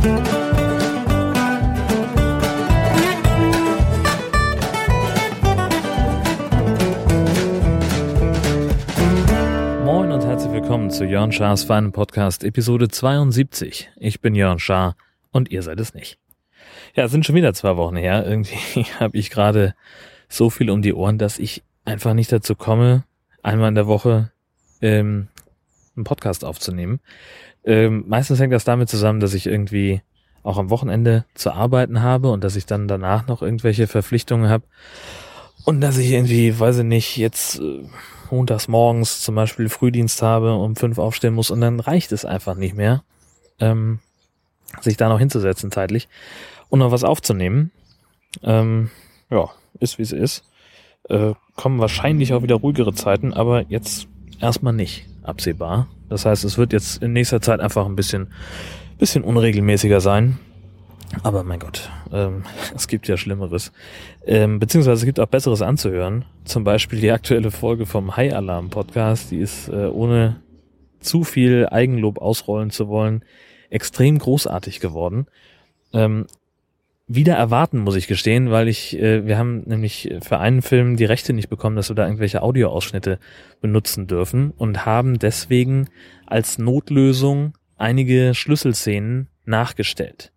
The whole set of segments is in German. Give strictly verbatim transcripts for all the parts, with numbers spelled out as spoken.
Moin und herzlich willkommen zu Jörn Schars feinem Podcast, Episode zweiundsiebzig. Ich bin Jörn Schaar und ihr seid es nicht. Ja, es sind schon wieder zwei Wochen her. Irgendwie habe ich gerade so viel um die Ohren, dass ich einfach nicht dazu komme, einmal in der Woche ähm, einen Podcast aufzunehmen. Ähm, meistens hängt das damit zusammen, dass ich irgendwie auch am Wochenende zu arbeiten habe und dass ich dann danach noch irgendwelche Verpflichtungen habe und dass ich irgendwie, weiß ich nicht, jetzt äh, montags morgens zum Beispiel Frühdienst habe, um fünf aufstehen muss und dann reicht es einfach nicht mehr, ähm, sich da noch hinzusetzen zeitlich und noch was aufzunehmen. Ähm, ja, ist wie es ist. Äh, kommen wahrscheinlich auch wieder ruhigere Zeiten, aber jetzt erstmal nicht absehbar. Das heißt, es wird jetzt in nächster Zeit einfach ein bisschen, bisschen unregelmäßiger sein. Aber mein Gott, ähm, es gibt ja Schlimmeres. Ähm, beziehungsweise es gibt auch Besseres anzuhören. Zum Beispiel die aktuelle Folge vom High Alarm Podcast. Die ist, äh, ohne zu viel Eigenlob ausrollen zu wollen, extrem großartig geworden. Ähm, wieder erwarten, muss ich gestehen, weil ich, äh, wir haben nämlich für einen Film die Rechte nicht bekommen, dass wir da irgendwelche Audioausschnitte benutzen dürfen und haben deswegen als Notlösung einige Schlüsselszenen nachgestellt.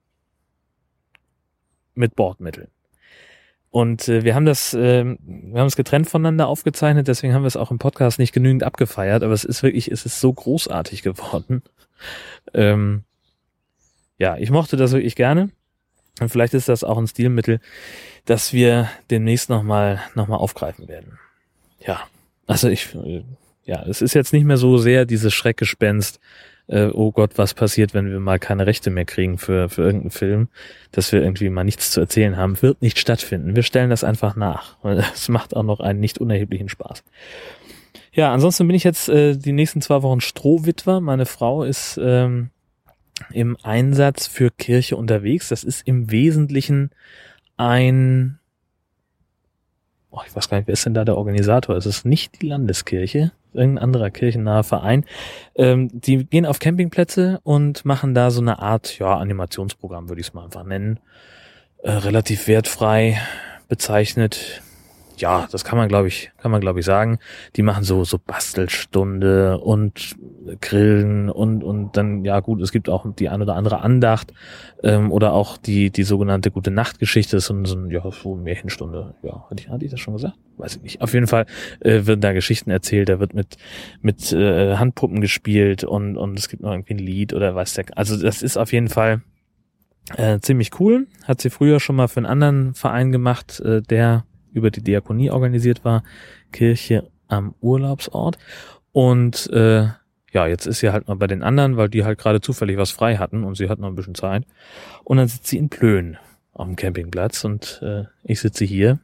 Mit Bordmitteln. Und äh, wir haben das, äh, wir haben es getrennt voneinander aufgezeichnet, deswegen haben wir es auch im Podcast nicht genügend abgefeiert, aber es ist wirklich, es ist so großartig geworden. Ähm, ja, ich mochte das wirklich gerne. Und vielleicht ist das auch ein Stilmittel, das wir demnächst nochmal noch mal aufgreifen werden. Ja, also ich, ja, es ist jetzt nicht mehr so sehr dieses Schreckgespenst, äh, oh Gott, was passiert, wenn wir mal keine Rechte mehr kriegen für, für irgendeinen Film, dass wir irgendwie mal nichts zu erzählen haben, wird nicht stattfinden. Wir stellen das einfach nach. Es macht auch noch einen nicht unerheblichen Spaß. Ja, ansonsten bin ich jetzt äh, die nächsten zwei Wochen Strohwitwer. Meine Frau ist ähm, im Einsatz für Kirche unterwegs. Das ist im Wesentlichen ein, oh, ich weiß gar nicht, wer ist denn da der Organisator? Es ist nicht die Landeskirche, irgendein anderer kirchennaher Verein. Ähm, die gehen auf Campingplätze und machen da so eine Art, ja, Animationsprogramm, würde ich es mal einfach nennen. Äh, relativ wertfrei bezeichnet. Ja, das kann man, glaube ich, kann man, glaube ich, sagen. Die machen so, so Bastelstunde und Grillen und, und dann, ja gut, es gibt auch die ein oder andere Andacht, ähm, oder auch die, die sogenannte Gute-Nacht-Geschichte, so, so ein, ja, so eine Märchenstunde. Ja, hatte ich, hatte ich das schon gesagt? Weiß ich nicht. Auf jeden Fall, äh, werden da Geschichten erzählt, da wird mit, mit, äh, Handpuppen gespielt und, und es gibt noch irgendwie ein Lied oder weiß der, also das ist auf jeden Fall, äh, ziemlich cool. Hat sie früher schon mal für einen anderen Verein gemacht, äh, der über die Diakonie organisiert war, Kirche am Urlaubsort. Und äh, ja, jetzt ist sie halt mal bei den anderen, weil die halt gerade zufällig was frei hatten und sie hat noch ein bisschen Zeit. Und dann sitzt sie in Plön auf dem Campingplatz und äh, ich sitze hier.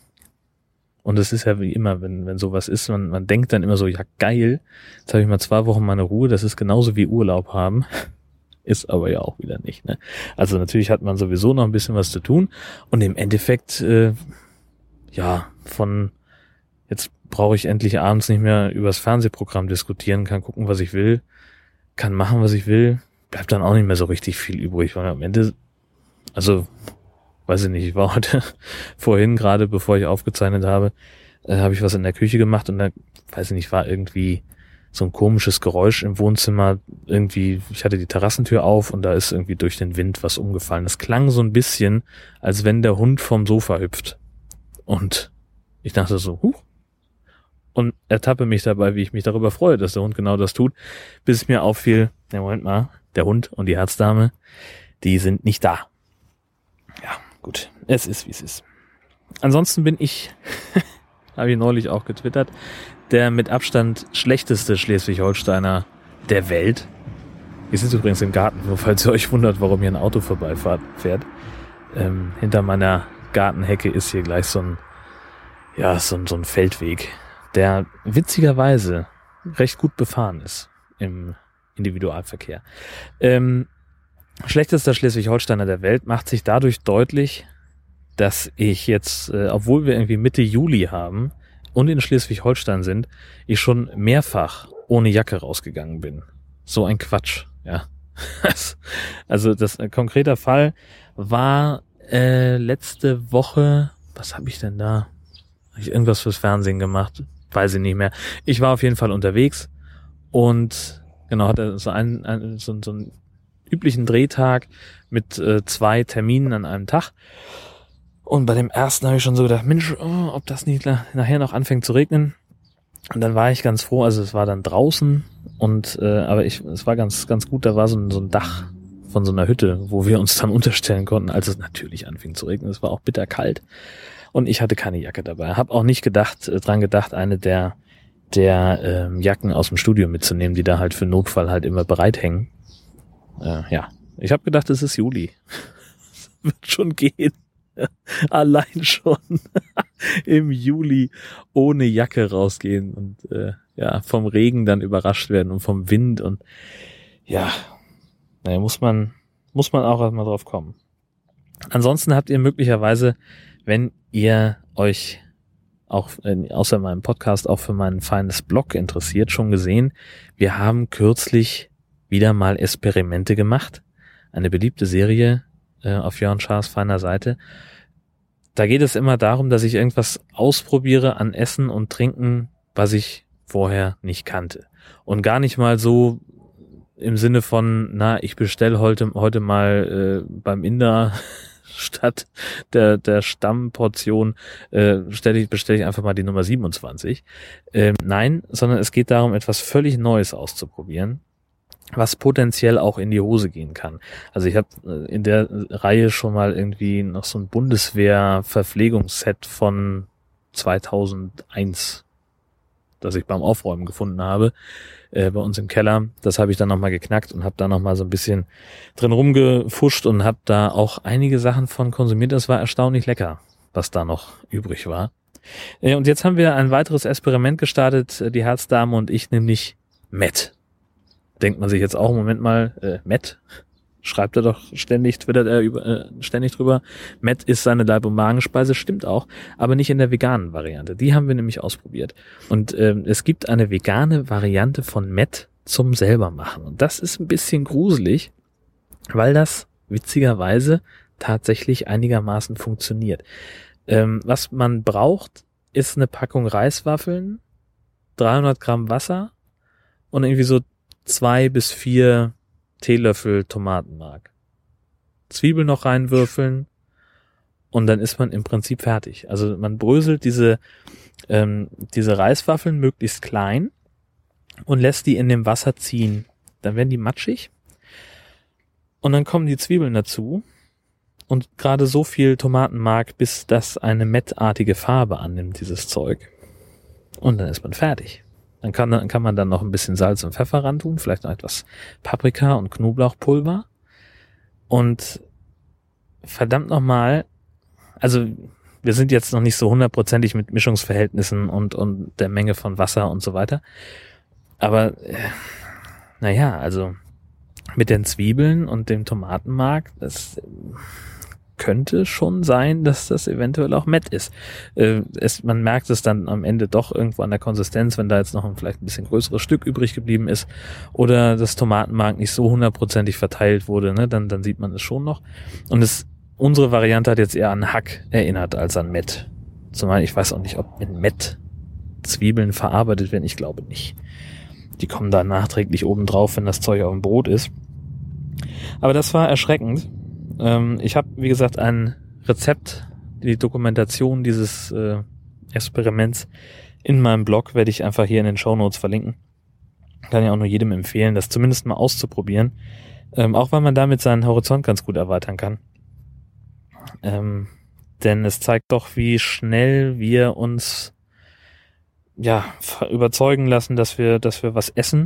Und es ist ja wie immer, wenn wenn sowas ist, man, man denkt dann immer so, ja geil, jetzt habe ich mal zwei Wochen meine Ruhe, das ist genauso wie Urlaub haben. Ist aber ja auch wieder nicht, ne? Also natürlich hat man sowieso noch ein bisschen was zu tun und im Endeffekt äh, ja, von jetzt brauche ich endlich abends nicht mehr übers Fernsehprogramm diskutieren, kann gucken, was ich will, kann machen, was ich will, bleibt dann auch nicht mehr so richtig viel übrig, weil am Ende, also, weiß ich nicht, ich war heute vorhin gerade, bevor ich aufgezeichnet habe, äh, habe ich was in der Küche gemacht und da, weiß ich nicht, war irgendwie so ein komisches Geräusch im Wohnzimmer, irgendwie, ich hatte die Terrassentür auf und da ist irgendwie durch den Wind was umgefallen. Das klang so ein bisschen, als wenn der Hund vom Sofa hüpft. Und ich dachte so, huch, und ertappe mich dabei, wie ich mich darüber freue, dass der Hund genau das tut, bis es mir auffiel, ja, Moment mal, der Hund und die Herzdame, die sind nicht da. Ja, gut, es ist, wie es ist. Ansonsten bin ich, habe ich neulich auch getwittert, der mit Abstand schlechteste Schleswig-Holsteiner der Welt. Wir sind übrigens im Garten, nur falls ihr euch wundert, warum hier ein Auto vorbeifährt. Ähm, hinter meiner Gartenhecke ist hier gleich so ein, ja, so ein, so ein Feldweg, der witzigerweise recht gut befahren ist im Individualverkehr. Ähm, schlechtester Schleswig-Holsteiner der Welt macht sich dadurch deutlich, dass ich jetzt, äh, obwohl wir irgendwie Mitte Juli haben und in Schleswig-Holstein sind, ich schon mehrfach ohne Jacke rausgegangen bin. So ein Quatsch, ja. Also das ein konkreter Fall war äh, letzte Woche, was habe ich denn da? Habe ich irgendwas fürs Fernsehen gemacht? Weiß ich nicht mehr. Ich war auf jeden Fall unterwegs und genau, hatte so einen, einen so, so einen üblichen Drehtag mit äh, zwei Terminen an einem Tag. Und bei dem ersten habe ich schon so gedacht, Mensch, oh, ob das nicht na- nachher noch anfängt zu regnen. Und dann war ich ganz froh, also es war dann draußen und äh, aber ich es war ganz ganz gut, da war so ein, so ein Dach von so einer Hütte, wo wir uns dann unterstellen konnten, als es natürlich anfing zu regnen. Es war auch bitterkalt und ich hatte keine Jacke dabei. Habe auch nicht gedacht äh, dran gedacht, eine der der ähm, Jacken aus dem Studio mitzunehmen, die da halt für Notfall halt immer bereit hängen. Äh, ja, ich habe gedacht, es ist Juli. Wird schon gehen. Allein schon im Juli ohne Jacke rausgehen und äh, ja vom Regen dann überrascht werden und vom Wind und ja, naja, muss man muss man auch erstmal drauf kommen. Ansonsten habt ihr möglicherweise, wenn ihr euch auch äh, außer meinem Podcast auch für meinen feines Blog interessiert, schon gesehen, wir haben kürzlich wieder mal Experimente gemacht. Eine beliebte Serie auf Jörn Schaas feiner Seite. Da geht es immer darum, dass ich irgendwas ausprobiere an Essen und Trinken, was ich vorher nicht kannte. Und gar nicht mal so im Sinne von, na, ich bestelle heute heute mal äh, beim Inder statt der der Stammportion äh, stelle ich bestelle ich einfach mal die Nummer siebenundzwanzig. Ähm, nein, sondern es geht darum, etwas völlig Neues auszuprobieren, was potenziell auch in die Hose gehen kann. Also ich habe in der Reihe schon mal irgendwie noch so ein Bundeswehr-Verpflegungsset von zweitausendeins, das ich beim Aufräumen gefunden habe, äh, bei uns im Keller. Das habe ich dann nochmal geknackt und habe da nochmal so ein bisschen drin rumgefuscht und habe da auch einige Sachen von konsumiert. Das war erstaunlich lecker, was da noch übrig war. Äh, und jetzt haben wir ein weiteres Experiment gestartet, die Herzdame und ich, nämlich Met. Denkt man sich jetzt auch, Moment mal, äh, Met, schreibt er doch ständig, twittert er über, äh, ständig drüber. Met ist seine Leib- und Magenspeise, stimmt auch, aber nicht in der veganen Variante. Die haben wir nämlich ausprobiert. Und ähm, es gibt eine vegane Variante von Met zum selbermachen. Und das ist ein bisschen gruselig, weil das witzigerweise tatsächlich einigermaßen funktioniert. Ähm, was man braucht, ist eine Packung Reiswaffeln, dreihundert Gramm Wasser und irgendwie so zwei bis vier Teelöffel Tomatenmark. Zwiebeln noch reinwürfeln und dann ist man im Prinzip fertig. Also man bröselt diese ähm, diese Reiswaffeln möglichst klein und lässt die in dem Wasser ziehen. Dann werden die matschig und dann kommen die Zwiebeln dazu und gerade so viel Tomatenmark, bis das eine mettartige Farbe annimmt, dieses Zeug. Und dann ist man fertig. Dann kann, dann kann man dann noch ein bisschen Salz und Pfeffer ran tun, vielleicht noch etwas Paprika und Knoblauchpulver. Und verdammt nochmal, also wir sind jetzt noch nicht so hundertprozentig mit Mischungsverhältnissen und, und der Menge von Wasser und so weiter. Aber äh, naja, also mit den Zwiebeln und dem Tomatenmark, das könnte schon sein, dass das eventuell auch Met ist. Äh, es, man merkt es dann am Ende doch irgendwo an der Konsistenz, wenn da jetzt noch ein, vielleicht ein bisschen größeres Stück übrig geblieben ist oder das Tomatenmark nicht so hundertprozentig verteilt wurde, ne, dann, dann sieht man es schon noch. Und es, unsere Variante hat jetzt eher an Hack erinnert als an Met. Zumal ich weiß auch nicht, ob in Met Zwiebeln verarbeitet werden. Ich glaube nicht. Die kommen da nachträglich oben drauf, wenn das Zeug auf dem Brot ist. Aber das war erschreckend. Ich habe, wie gesagt, ein Rezept, die Dokumentation dieses äh, Experiments in meinem Blog werde ich einfach hier in den Shownotes verlinken. Kann ja auch nur jedem empfehlen, das zumindest mal auszuprobieren. Ähm, auch weil man damit seinen Horizont ganz gut erweitern kann. Ähm, denn es zeigt doch, wie schnell wir uns ja überzeugen lassen, dass wir, dass wir was essen,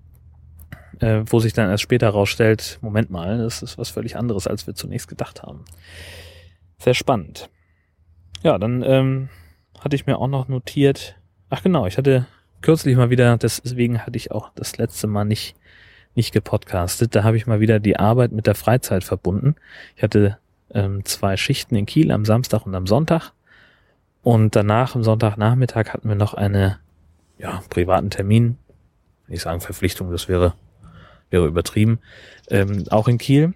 äh, wo sich dann erst später rausstellt, Moment mal, das ist was völlig anderes, als wir zunächst gedacht haben. Sehr spannend. Ja, dann ähm, hatte ich mir auch noch notiert, ach genau, ich hatte kürzlich mal wieder, deswegen hatte ich auch das letzte Mal nicht nicht gepodcastet, da habe ich mal wieder die Arbeit mit der Freizeit verbunden. Ich hatte ähm, zwei Schichten in Kiel am Samstag und am Sonntag und danach am Sonntagnachmittag hatten wir noch eine ja privaten Termin, wenn ich sagen Verpflichtung, das wäre wäre übertrieben, ähm, auch in Kiel.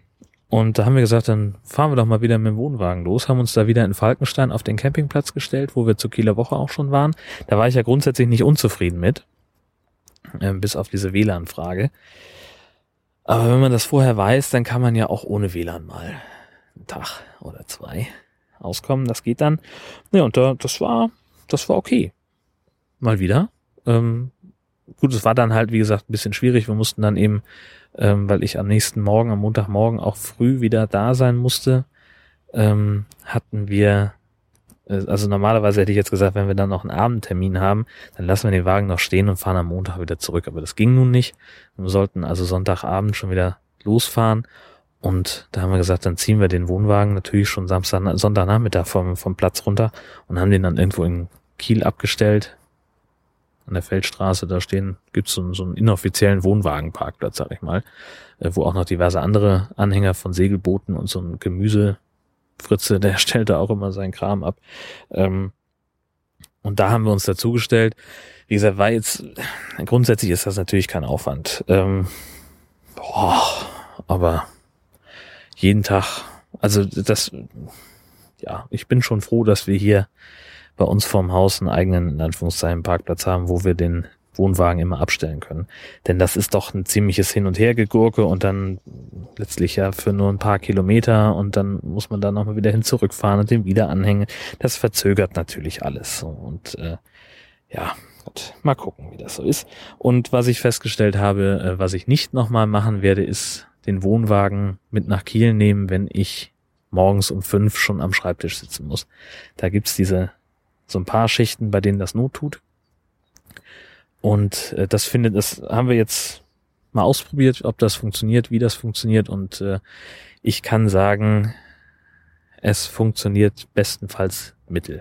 Und da haben wir gesagt, dann fahren wir doch mal wieder mit dem Wohnwagen los, haben uns da wieder in Falkenstein auf den Campingplatz gestellt, wo wir zur Kieler Woche auch schon waren. Da war ich ja grundsätzlich nicht unzufrieden mit, äh, bis auf diese W L A N-Frage. Aber wenn man das vorher weiß, dann kann man ja auch ohne W L A N mal einen Tag oder zwei auskommen. Das geht dann. Ja, und da, das war, das war okay. Mal wieder. Ähm, gut, es war dann halt, wie gesagt, ein bisschen schwierig. Wir mussten dann eben, ähm, weil ich am nächsten Morgen, am Montagmorgen auch früh wieder da sein musste, ähm, hatten wir, äh, also normalerweise hätte ich jetzt gesagt, wenn wir dann noch einen Abendtermin haben, dann lassen wir den Wagen noch stehen und fahren am Montag wieder zurück. Aber das ging nun nicht. Wir sollten also Sonntagabend schon wieder losfahren. Und da haben wir gesagt, dann ziehen wir den Wohnwagen natürlich schon Samstag, Sonntagnachmittag vom, vom Platz runter und haben den dann irgendwo in Kiel abgestellt. An der Feldstraße, da stehen, gibt's so, so einen inoffiziellen Wohnwagenparkplatz, sag ich mal, wo auch noch diverse andere Anhänger von Segelbooten und so ein Gemüsefritze, der stellt da auch immer seinen Kram ab. Und da haben wir uns dazugestellt. Wie gesagt, war jetzt, grundsätzlich ist das natürlich kein Aufwand. Ähm, boah, aber jeden Tag, also das, ja, ich bin schon froh, dass wir hier bei uns vorm Haus einen eigenen, in Anführungszeichen, Parkplatz haben, wo wir den Wohnwagen immer abstellen können. Denn das ist doch ein ziemliches Hin- und Hergegurke und dann letztlich ja für nur ein paar Kilometer und dann muss man da nochmal wieder hin zurückfahren und den wieder anhängen. Das verzögert natürlich alles. Und äh, ja, Gott, mal gucken, wie das so ist. Und was ich festgestellt habe, äh, was ich nicht nochmal machen werde, ist den Wohnwagen mit nach Kiel nehmen, wenn ich morgens um fünf schon am Schreibtisch sitzen muss. Da gibt's diese so ein paar Schichten, bei denen das Not tut. Und äh, das findet, das haben wir jetzt mal ausprobiert, ob das funktioniert, wie das funktioniert. Und äh, ich kann sagen, es funktioniert bestenfalls mittel.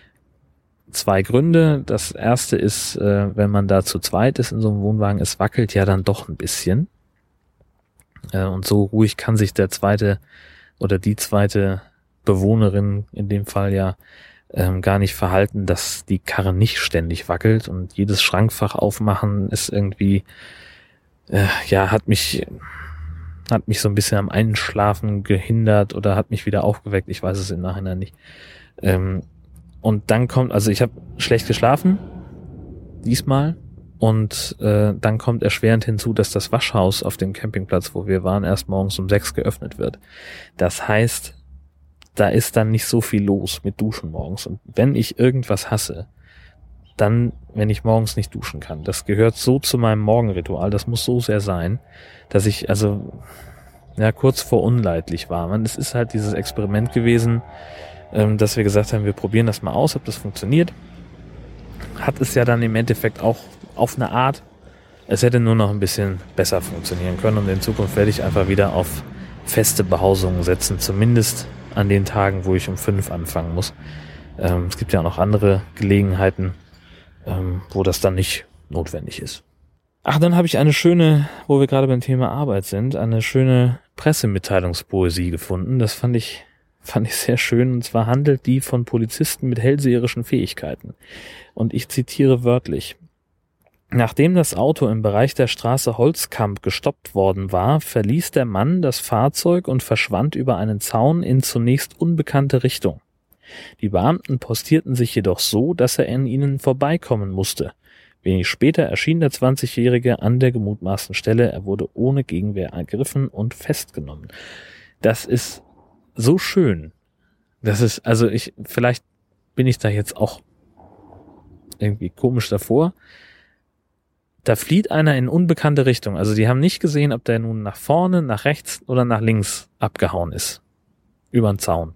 Zwei Gründe. Das erste ist, äh, wenn man da zu zweit ist in so einem Wohnwagen, es wackelt ja dann doch ein bisschen. Äh, und so ruhig kann sich der zweite oder die zweite Bewohnerin in dem Fall ja ähm, gar nicht verhalten, dass die Karre nicht ständig wackelt und jedes Schrankfach aufmachen ist irgendwie, äh, ja, hat mich, hat mich so ein bisschen am Einschlafen gehindert oder hat mich wieder aufgeweckt. Ich weiß es im Nachhinein nicht. Ähm, und dann kommt, also ich habe schlecht geschlafen, diesmal. Und äh, dann kommt erschwerend hinzu, dass das Waschhaus auf dem Campingplatz, wo wir waren, erst morgens um sechs geöffnet wird. Das heißt, da ist dann nicht so viel los mit Duschen morgens. Und wenn ich irgendwas hasse, dann, wenn ich morgens nicht duschen kann. Das gehört so zu meinem Morgenritual, das muss so sehr sein, dass ich also ja kurz vor unleidlich war. Man, es ist halt dieses Experiment gewesen, ähm, dass wir gesagt haben, wir probieren das mal aus, ob das funktioniert. Hat es ja dann im Endeffekt auch auf eine Art. Es hätte nur noch ein bisschen besser funktionieren können und in Zukunft werde ich einfach wieder auf feste Behausungen setzen, zumindest an den Tagen, wo ich um fünf anfangen muss. Ähm, es gibt ja auch noch andere Gelegenheiten, ähm, wo das dann nicht notwendig ist. Ach, dann habe ich eine schöne, wo wir gerade beim Thema Arbeit sind, eine schöne Pressemitteilungspoesie gefunden. Das fand ich fand ich sehr schön. Und zwar handelt die von Polizisten mit hellseherischen Fähigkeiten. Und ich zitiere wörtlich. Nachdem das Auto im Bereich der Straße Holzkamp gestoppt worden war, verließ der Mann das Fahrzeug und verschwand über einen Zaun in zunächst unbekannte Richtung. Die Beamten postierten sich jedoch so, dass er an ihnen vorbeikommen musste. Wenig später erschien der zwanzigjährige an der gemutmaßten Stelle. Er wurde ohne Gegenwehr ergriffen und festgenommen. Das ist so schön. Das ist, also ich, vielleicht bin ich da jetzt auch irgendwie komisch davor. Da flieht einer in unbekannte Richtung. Also die haben nicht gesehen, ob der nun nach vorne, nach rechts oder nach links abgehauen ist. Über den Zaun.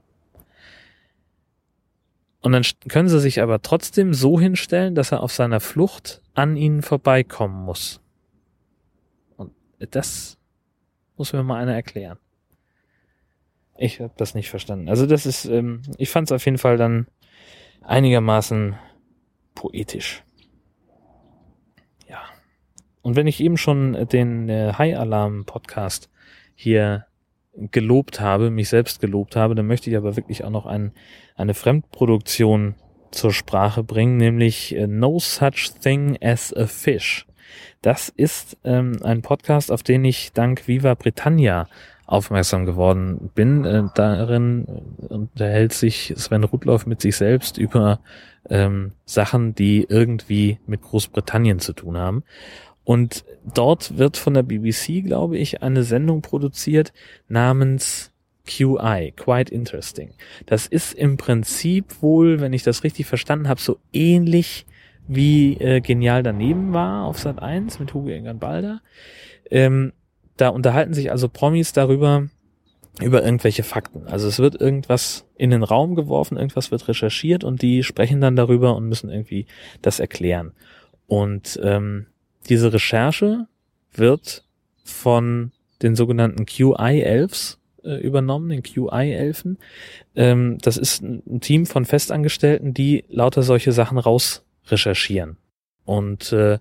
Und dann können sie sich aber trotzdem so hinstellen, dass er auf seiner Flucht an ihnen vorbeikommen muss. Und das muss mir mal einer erklären. Ich habe das nicht verstanden. Also das ist, ähm, ich fand es auf jeden Fall dann einigermaßen poetisch. Ja. Und wenn ich eben schon den äh, High Alarm Podcast hier gelobt habe, mich selbst gelobt habe, dann möchte ich aber wirklich auch noch ein, eine Fremdproduktion zur Sprache bringen, nämlich äh, No Such Thing as a Fish. Das ist ähm, ein Podcast, auf den ich dank Viva Britannia aufmerksam geworden bin. Äh, darin unterhält sich Sven Rudloff mit sich selbst über ähm, Sachen, die irgendwie mit Großbritannien zu tun haben. Und dort wird von der B B C, glaube ich, eine Sendung produziert namens Q I, Quite Interesting. Das ist im Prinzip wohl, wenn ich das richtig verstanden habe, so ähnlich wie äh, Genial daneben war auf Sat eins mit Hugo Egon Balder. Ähm, da unterhalten sich also Promis darüber, über irgendwelche Fakten. Also es wird irgendwas in den Raum geworfen, irgendwas wird recherchiert und die sprechen dann darüber und müssen irgendwie das erklären. Und ähm, diese Recherche wird von den sogenannten Q I-Elfs äh, übernommen, den Q I-Elfen. Ähm, das ist ein, ein Team von Festangestellten, die lauter solche Sachen raus recherchieren. Und äh,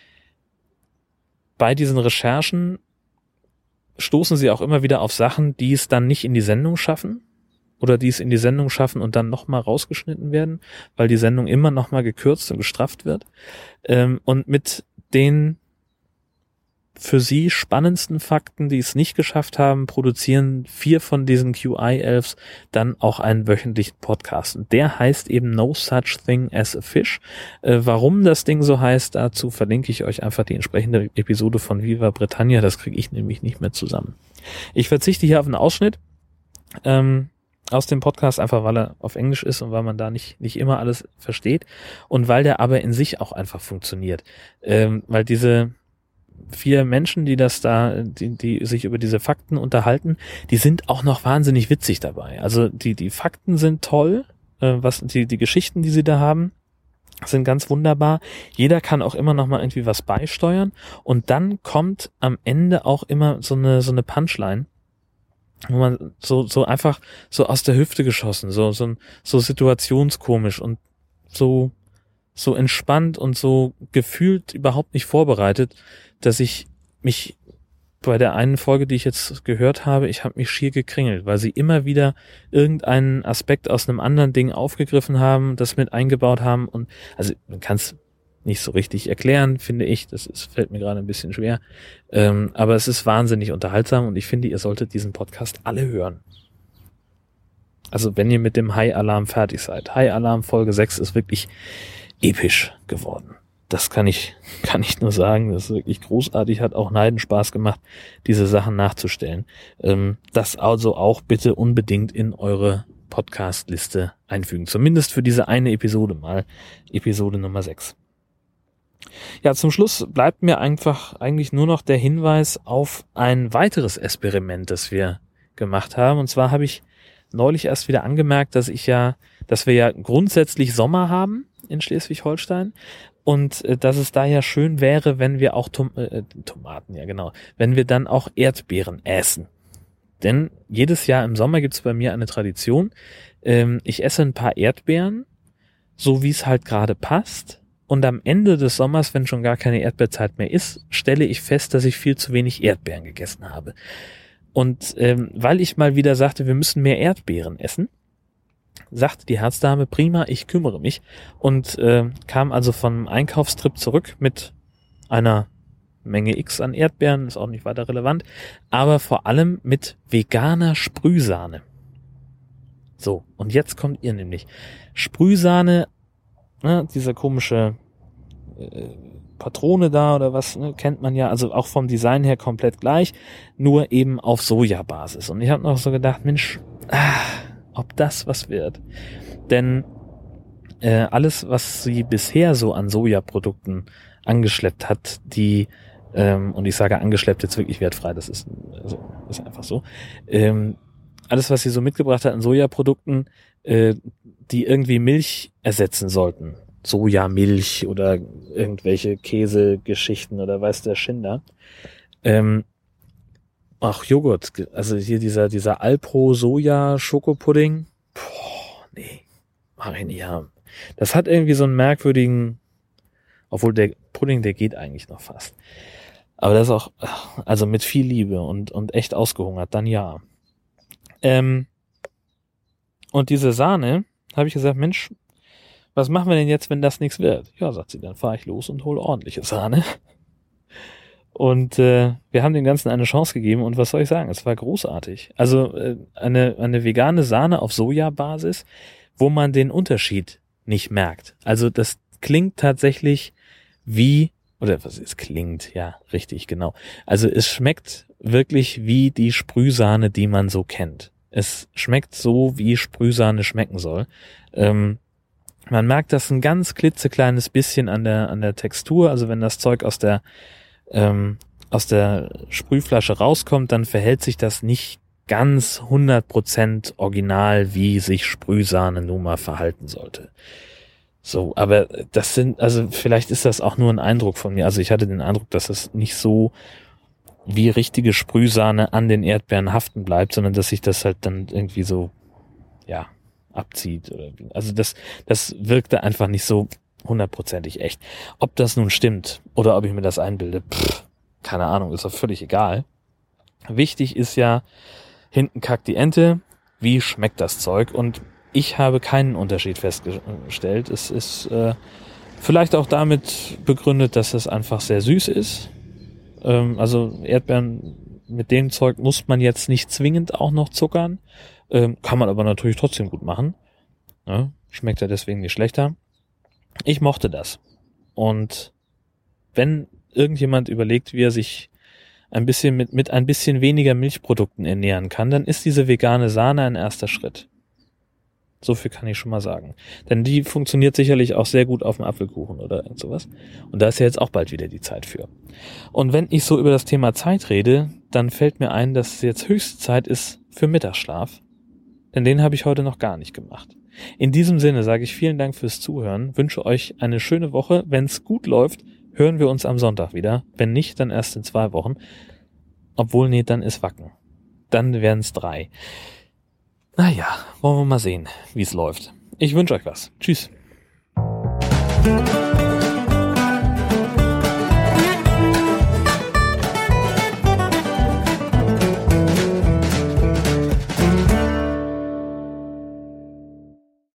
bei diesen Recherchen stoßen sie auch immer wieder auf Sachen, die es dann nicht in die Sendung schaffen oder die es in die Sendung schaffen und dann nochmal rausgeschnitten werden, weil die Sendung immer nochmal gekürzt und gestrafft wird. Ähm, und mit den für sie spannendsten Fakten, die es nicht geschafft haben, produzieren vier von diesen Q I-Elfs dann auch einen wöchentlichen Podcast. Und der heißt eben No Such Thing as a Fish. Äh, warum das Ding so heißt, dazu verlinke ich euch einfach die entsprechende Episode von Viva Britannia. Das kriege ich nämlich nicht mehr zusammen. Ich verzichte hier auf einen Ausschnitt ähm, aus dem Podcast, einfach weil er auf Englisch ist und weil man da nicht nicht immer alles versteht und weil der aber in sich auch einfach funktioniert. Ähm, weil diese vier Menschen, die das da, die, die sich über diese Fakten unterhalten, die sind auch noch wahnsinnig witzig dabei. Also die, die Fakten sind toll, äh, was, die, die Geschichten, die sie da haben, sind ganz wunderbar. Jeder kann auch immer noch mal irgendwie was beisteuern und dann kommt am Ende auch immer so eine, so eine Punchline, wo man so, so einfach so aus der Hüfte geschossen, so, so, so situationskomisch und so, so entspannt und so gefühlt überhaupt nicht vorbereitet, dass ich mich bei der einen Folge, die ich jetzt gehört habe, ich habe mich schier gekringelt, weil sie immer wieder irgendeinen Aspekt aus einem anderen Ding aufgegriffen haben, das mit eingebaut haben und also man kann es nicht so richtig erklären, finde ich, das ist, fällt mir gerade ein bisschen schwer, ähm, aber es ist wahnsinnig unterhaltsam und ich finde, ihr solltet diesen Podcast alle hören. Also wenn ihr mit dem High Alarm fertig seid. High Alarm Folge sechs ist wirklich episch geworden. Das kann ich, kann ich nur sagen. Das ist wirklich großartig, hat auch Neiden Spaß gemacht, diese Sachen nachzustellen. Ähm, das also auch bitte unbedingt in eure Podcast-Liste einfügen. Zumindest für diese eine Episode mal. Episode Nummer sechs. Ja, zum Schluss bleibt mir einfach eigentlich nur noch der Hinweis auf ein weiteres Experiment, das wir gemacht haben. Und zwar habe ich neulich erst wieder angemerkt, dass ich ja, dass wir ja grundsätzlich Sommer haben in Schleswig-Holstein und äh, dass es da ja schön wäre, wenn wir auch Tom- äh, Tomaten, ja genau, wenn wir dann auch Erdbeeren essen. Denn jedes Jahr im Sommer gibt es bei mir eine Tradition. Ähm, ich esse ein paar Erdbeeren, so wie es halt gerade passt. Und am Ende des Sommers, wenn schon gar keine Erdbeerzeit mehr ist, stelle ich fest, dass ich viel zu wenig Erdbeeren gegessen habe. Und ähm, weil ich mal wieder sagte, wir müssen mehr Erdbeeren essen, sagte die Herzdame, prima, ich kümmere mich und äh, kam also vom Einkaufstrip zurück mit einer Menge X an Erdbeeren, ist auch nicht weiter relevant, aber vor allem mit veganer Sprühsahne. So, und jetzt kommt ihr nämlich. Sprühsahne, ne, diese komische äh, Patrone da oder was, ne, kennt man ja, also auch vom Design her komplett gleich, nur eben auf Sojabasis. Und ich habe noch so gedacht, Mensch, ah, ob das was wird. Denn äh, alles, was sie bisher so an Sojaprodukten angeschleppt hat, die, ähm, und ich sage angeschleppt jetzt wirklich wertfrei, das ist, also, ist einfach so, ähm, alles, was sie so mitgebracht hat an Sojaprodukten, äh, die irgendwie Milch ersetzen sollten, Sojamilch oder irgendwelche Käsegeschichten oder weiß der Schinder, ähm, ach, Joghurt, also hier dieser, dieser Alpro-Soja-Schokopudding, boah, nee, mach ich nicht haben. Das hat irgendwie so einen merkwürdigen, obwohl der Pudding, der geht eigentlich noch fast. Aber das ist auch, also mit viel Liebe und, und echt ausgehungert, dann ja. Ähm, und diese Sahne, habe ich gesagt, Mensch, was machen wir denn jetzt, wenn das nichts wird? Ja, sagt sie, dann fahre ich los und hole ordentliche Sahne. Und äh, wir haben dem Ganzen eine Chance gegeben und was soll ich sagen, es war großartig. Also äh, eine eine vegane Sahne auf Sojabasis, wo man den Unterschied nicht merkt. Also das klingt tatsächlich wie, oder was es klingt, ja, richtig, genau. Also es schmeckt wirklich wie die Sprühsahne, die man so kennt. Es schmeckt so, wie Sprühsahne schmecken soll. Ähm, man merkt das ein ganz klitzekleines bisschen an der an der Textur. Also wenn das Zeug aus der ähm, aus der Sprühflasche rauskommt, dann verhält sich das nicht ganz hundert Prozent original, wie sich Sprühsahne nun mal verhalten sollte. So, aber das sind, also vielleicht ist das auch nur ein Eindruck von mir. Also ich hatte den Eindruck, dass es nicht so wie richtige Sprühsahne an den Erdbeeren haften bleibt, sondern dass sich das halt dann irgendwie so, ja, abzieht. Oder, also das, das wirkte einfach nicht so hundertprozentig echt. Ob das nun stimmt oder ob ich mir das einbilde, pff, keine Ahnung, ist doch völlig egal. Wichtig ist ja, hinten kackt die Ente, wie schmeckt das Zeug? Und ich habe keinen Unterschied festgestellt. Es ist äh, vielleicht auch damit begründet, dass es einfach sehr süß ist. Ähm, also Erdbeeren, mit dem Zeug muss man jetzt nicht zwingend auch noch zuckern. Ähm, kann man aber natürlich trotzdem gut machen. Ja, schmeckt ja deswegen nicht schlechter. Ich mochte das. Und wenn irgendjemand überlegt, wie er sich ein bisschen mit, mit ein bisschen weniger Milchprodukten ernähren kann, dann ist diese vegane Sahne ein erster Schritt. So viel kann ich schon mal sagen. Denn die funktioniert sicherlich auch sehr gut auf dem Apfelkuchen oder irgend sowas. Und da ist ja jetzt auch bald wieder die Zeit für. Und wenn ich so über das Thema Zeit rede, dann fällt mir ein, dass es jetzt höchste Zeit ist für Mittagsschlaf. Denn den habe ich heute noch gar nicht gemacht. In diesem Sinne sage ich vielen Dank fürs Zuhören, wünsche euch eine schöne Woche. Wenn es gut läuft, hören wir uns am Sonntag wieder. Wenn nicht, dann erst in zwei Wochen. Obwohl, nee, dann ist Wacken. Dann wären es drei. Naja, wollen wir mal sehen, wie es läuft. Ich wünsche euch was. Tschüss.